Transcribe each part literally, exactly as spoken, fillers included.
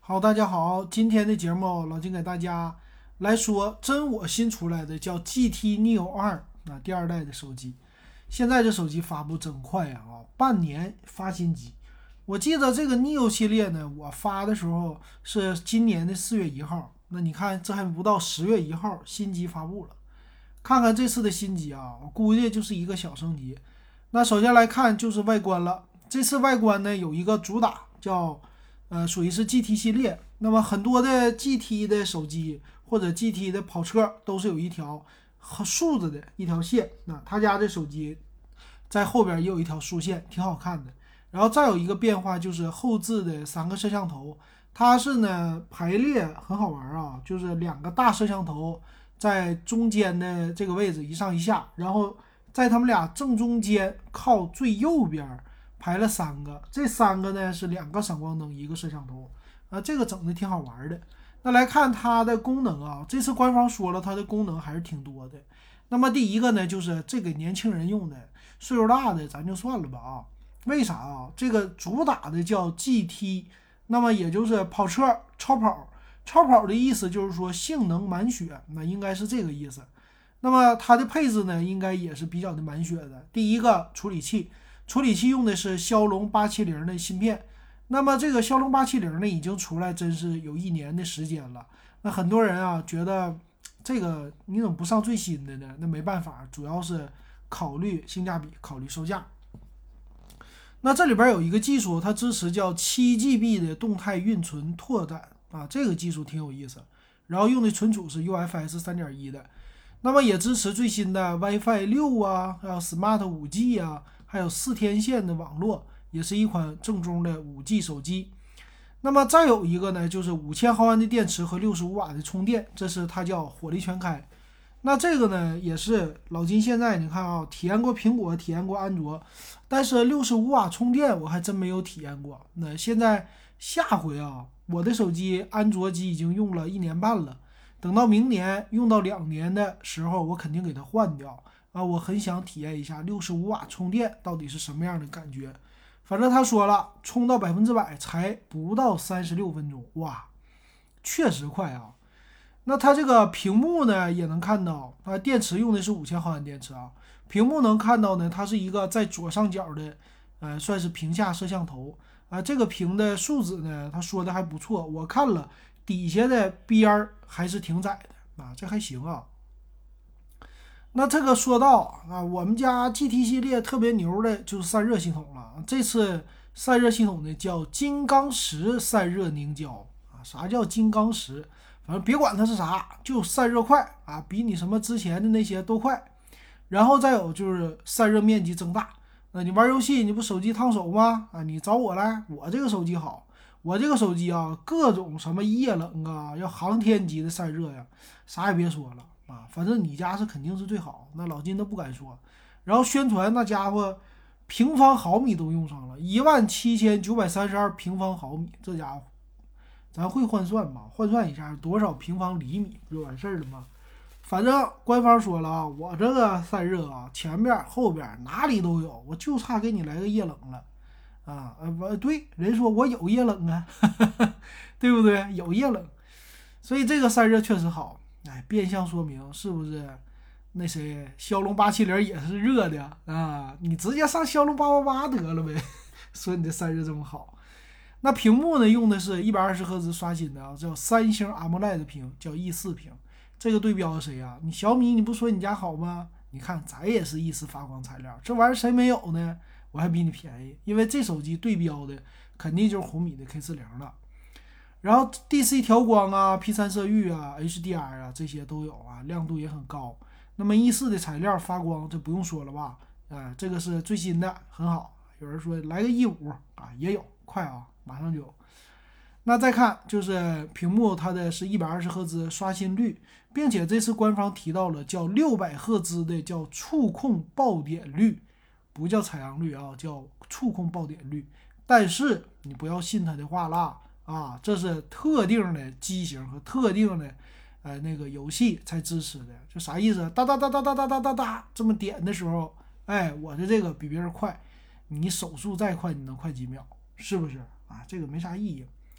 好，大家好，今天的节目老金给大家来说真我新出来的叫 G T Neo 二啊，第二代的手机。现在这手机发布真快呀啊，半年发新机。我记得这个 Neo 系列呢，我发的时候是今年的四月一号，那你看这还不到十月一号，新机发布了。看看这次的新机啊，我估计就是一个小升级。那首先来看就是外观了，这次外观呢有一个主打叫呃属于是 G T 系列，那么很多的 G T 的手机或者 G T 的跑车都是有一条竖着的一条线，那他家的手机在后边也有一条竖线，挺好看的。然后再有一个变化就是后置的三个摄像头，它是呢排列很好玩啊，就是两个大摄像头在中间的这个位置一上一下，然后在他们俩正中间靠最右边排了三个，这三个呢是两个闪光灯，一个摄像头啊，这个整的挺好玩的。那来看它的功能啊，这次官方说了它的功能还是挺多的。那么第一个呢，就是这给年轻人用的，岁数大的咱就算了吧啊。为啥啊？这个主打的叫 G T， 那么也就是跑车超跑，超跑的意思就是说性能满血，那应该是这个意思。那么它的配置呢，应该也是比较的满血的。第一个处理器，处理器用的是骁龙八七零的芯片。那么这个骁龙八七零呢，已经出来真是有一年的时间了。那很多人啊觉得这个你怎么不上最新的呢？那没办法，主要是考虑性价比，考虑售价。那这里边有一个技术，它支持叫 七 G B 的动态运存拓展啊，这个技术挺有意思。然后用的存储是 U F S 三点一的，那么也支持最新的 WiFi 六啊，还有 Smart 五 G 啊，还有四天线的网络，也是一款正宗的 五 G 手机。那么再有一个呢，就是五千毫安的电池和六十五瓦的充电，这是它叫火力全开。那这个呢，也是老金现在你看啊，体验过苹果，体验过安卓，但是六十五瓦充电我还真没有体验过。那现在下回啊，我的手机安卓机已经用了一年半了，等到明年用到两年的时候，我肯定给它换掉啊！我很想体验一下六十五瓦充电到底是什么样的感觉。反正他说了，充到百分之百才不到三十六分钟，哇，确实快啊！那它这个屏幕呢，也能看到，它电池用的是五千毫安电池啊。屏幕能看到呢，它是一个在左上角的，呃，算是屏下摄像头啊。这个屏的数字呢，他说的还不错，我看了底下的边儿还是挺窄的啊，这还行啊。那这个说到啊，我们家 G T 系列特别牛的就是散热系统了。这次散热系统呢叫金刚石散热凝胶啊，啥叫金刚石？反正别管它是啥，就散热快啊，比你什么之前的那些都快。然后再有就是散热面积增大。那你玩游戏你不手机烫手吗？啊，你找我来，我这个手机好，我这个手机啊，各种什么液冷啊，要航天级的散热呀，啥也别说了啊，反正你家是肯定是最好，那老金都不敢说。然后宣传那家伙平方毫米都用上了，一万七千九百三十二平方毫米，这家伙咱会换算吗？换算一下多少平方厘米不就完事儿了吗？反正官方说了啊，我这个散热啊，前边后边哪里都有，我就差给你来个液冷了啊！呃不对，人说我有液冷啊，对不对？有液冷，所以这个散热确实好，哎，变相说明是不是那谁骁龙八七零也是热的啊？你直接上骁龙八八八得了呗，说你这散热这么好。那屏幕呢，用的是一百二十赫兹刷新的啊，叫三星 AMOLED 屏，叫 E 四屏。这个对标是谁呀、你小米你不说你家好吗？你看咱也是一丝发光材料，这玩意儿谁没有呢？我还比你便宜，因为这手机对标的肯定就是红米的 K 四零了。然后 D C 调光啊、P 三色域啊、H D R 啊这些都有啊，亮度也很高。那么 E 四的材料发光这不用说了吧？啊，这个是最新的，很好。有人说来个 E 五啊，也有，快啊，马上就有。那再看就是屏幕，它的是一百二十赫兹刷新率，并且这次官方提到了叫六百赫兹的叫触控爆点率，不叫采样率啊，叫触控爆点率。但是你不要信他的话啦啊，这是特定的机型和特定的呃那个游戏才支持的，就啥意思？哒哒哒哒哒哒哒哒哒，这么点的时候，哎，我的这个比别人快，你手速再快，你能快几秒？是不是啊？这个没啥意义。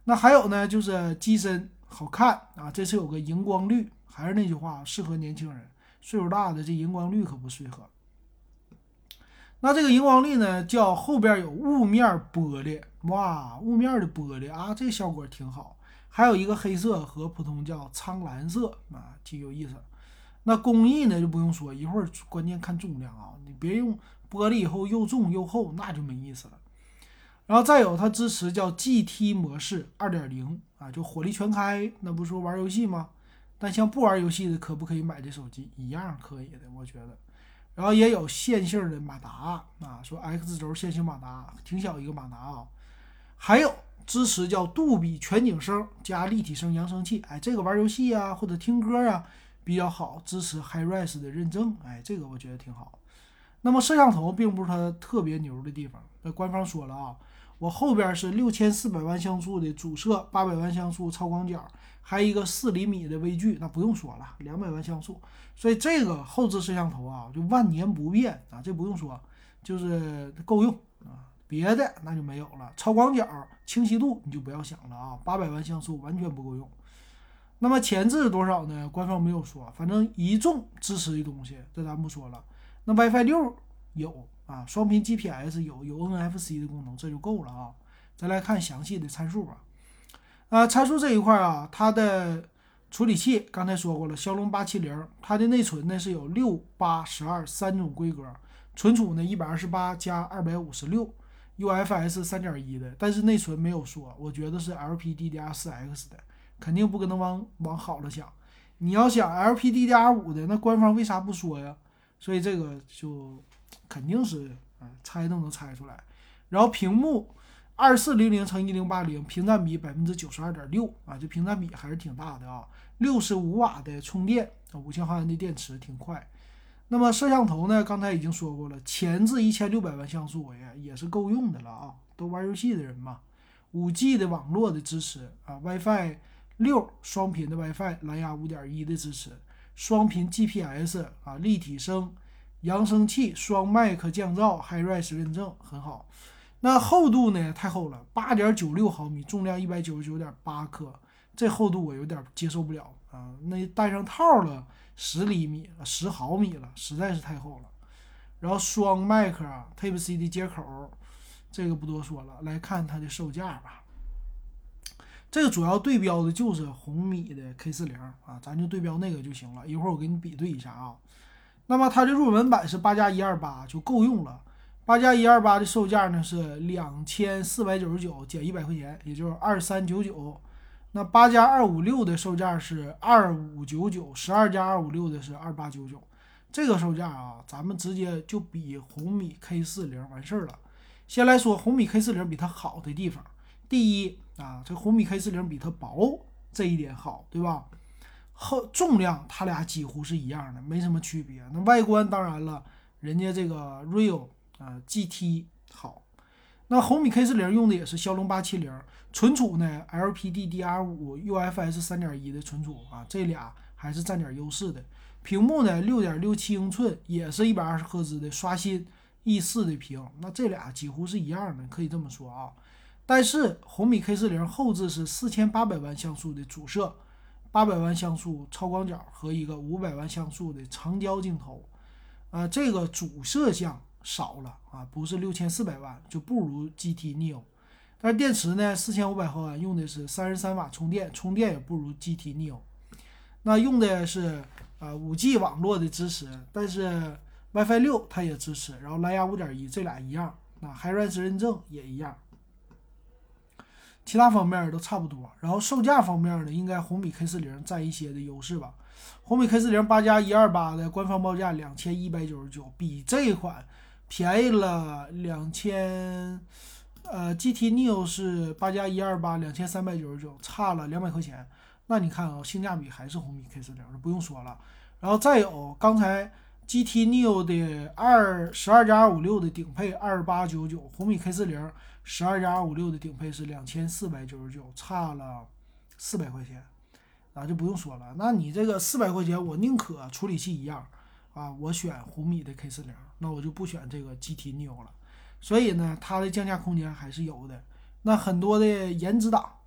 那还有呢，就是机身好看啊，这次有个荧光绿，还是那句话，适合年轻人，岁数大的这荧光绿可不适合。那这个荧光绿呢，叫后边有雾面玻璃，哇，雾面的玻璃啊，这效果挺好。还有一个黑色和普通叫苍蓝色啊，挺有意思。那工艺呢就不用说，一会儿关键看重量啊，你别用玻璃以后又重又厚，那就没意思了。然后再有它支持叫 G T 模式 二点零 啊，就火力全开，那不是说玩游戏吗？但像不玩游戏的可不可以买这手机？一样可以的，我觉得。然后也有线性的马达啊，说 X 轴线性马达，挺小一个马达啊。还有支持叫杜比全景声加立体声扬声器，哎，这个玩游戏啊或者听歌啊比较好，支持 HiRes 的认证，哎，这个我觉得挺好。那么摄像头并不是它特别牛的地方，那官方说了啊，我后边是六千四百万像素的主摄，八百万像素超广角，还有一个四厘米的微距，那不用说了，两百万像素，所以这个后置摄像头啊就万年不变啊，这不用说，就是够用啊，别的那就没有了。超广角清晰度你就不要想了啊，八百万像素完全不够用。那么前置多少呢？官方没有说，反正一众支持的东西，这咱不说了。那 WiFi 六有啊，双频 G P S 有，有 N F C 的功能，这就够了啊。再来看详细的参数吧。啊，参数这一块啊，它的处理器刚才说过了，骁龙八七零，它的内存呢是有六、八、十二三种规格，存储呢一百二十八加二百五十六 U F S 三点一 的，但是内存没有说，我觉得是 L P D D R 四 X 的。肯定不可能往往好了想，你要想 L P D D R 五 的，那官方为啥不说呀？所以这个就肯定是，嗯，猜都能猜出来。然后屏幕二四零零乘一零八零，屏占比百分之九十二点六啊，这屏占比还是挺大的啊。六十五瓦的充电，五千毫安的电池挺快。那么摄像头呢？刚才已经说过了，前置一千六百万像素也也是够用的了啊，都玩游戏的人嘛。五 G 的网络的支持啊 ，WiFi 六双频的 WiFi， 蓝牙五点一的支持，双频 G P S 啊，立体声、扬声器、双麦克降噪 HiRes 认证很好。那厚度呢？太厚了，八点九六毫米，重量一百九十九点八克，这厚度我有点接受不了啊。那带上套了十厘米了，十毫米了，实在是太厚了。然后双麦克 Type C 的接口，这个不多说了。来看它的售价吧。这个主要对标的就是红米的 K 四零 啊，咱就对标那个就行了。一会儿我给你比对一下啊。那么它的入门版是八加一二八就够用了，八加一二八的售价呢是两千四百九十九减一百块钱，也就是二三九九。那八加二五六的售价是二五九九，十二加二五六的是二八九九。这个售价啊，咱们直接就比红米 K 四零 完事儿了。先来说红米 K 四零 比它好的地方，第一啊，这红米 K 四零 比它薄，这一点好，对吧？后重量它俩几乎是一样的，没什么区别。那外观当然了，人家这个 Real 啊 G T 好。那红米 K 四零 用的也是骁龙八七零，存储呢 L P D D R 五 U F S 三点一 的存储啊，这俩还是占点优势的。屏幕呢 六点六七英寸，也是一百二十赫兹的刷新 E 四 的屏，那这俩几乎是一样的，可以这么说啊。但是红米 K 四零 后置是四千八百万像素的主摄，八百万像素超广角和一个五百万像素的长焦镜头，呃，这个主摄像少了啊，不是六千四百万，就不如 G T Neo。但是电池呢，四千五百毫安，用的是三十三瓦充电，充电也不如 G T Neo。那用的是呃 五 G 网络的支持，但是 WiFi 六它也支持，然后蓝牙五点一，这俩一样，那 HiRes 认证也一样。其他方面都差不多，然后售价方面呢，应该红米 K 四零 占一些的优势吧。红米 K 四零 八加一二八的官方报价两千一百九十九，比这款便宜了两千，呃 G T Neo 是八加一二八两千三百九十九，差了两百块钱。那你看啊，性价比还是红米 K 四零，不用说了。然后再有刚才 G T Neo 的二十二加二五六的顶配二八九九，红米 K 四零。十二加二五六的顶配是两千四百九十九，差了四百块钱，啊就不用说了。那你这个四百块钱，我宁可处理器一样啊，我选红米的 K 四零，那我就不选这个 G T Neo 了。所以呢，它的降价空间还是有的。那很多的颜值党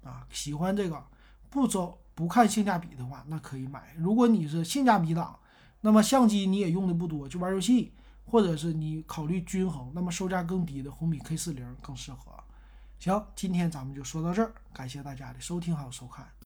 啊，喜欢这个不走不看性价比的话，那可以买。如果你是性价比党，那么相机你也用的不多，就玩游戏，或者是你考虑均衡，那么售价更低的红米 K 四零更适合。行，今天咱们就说到这儿，感谢大家的收听还有收看。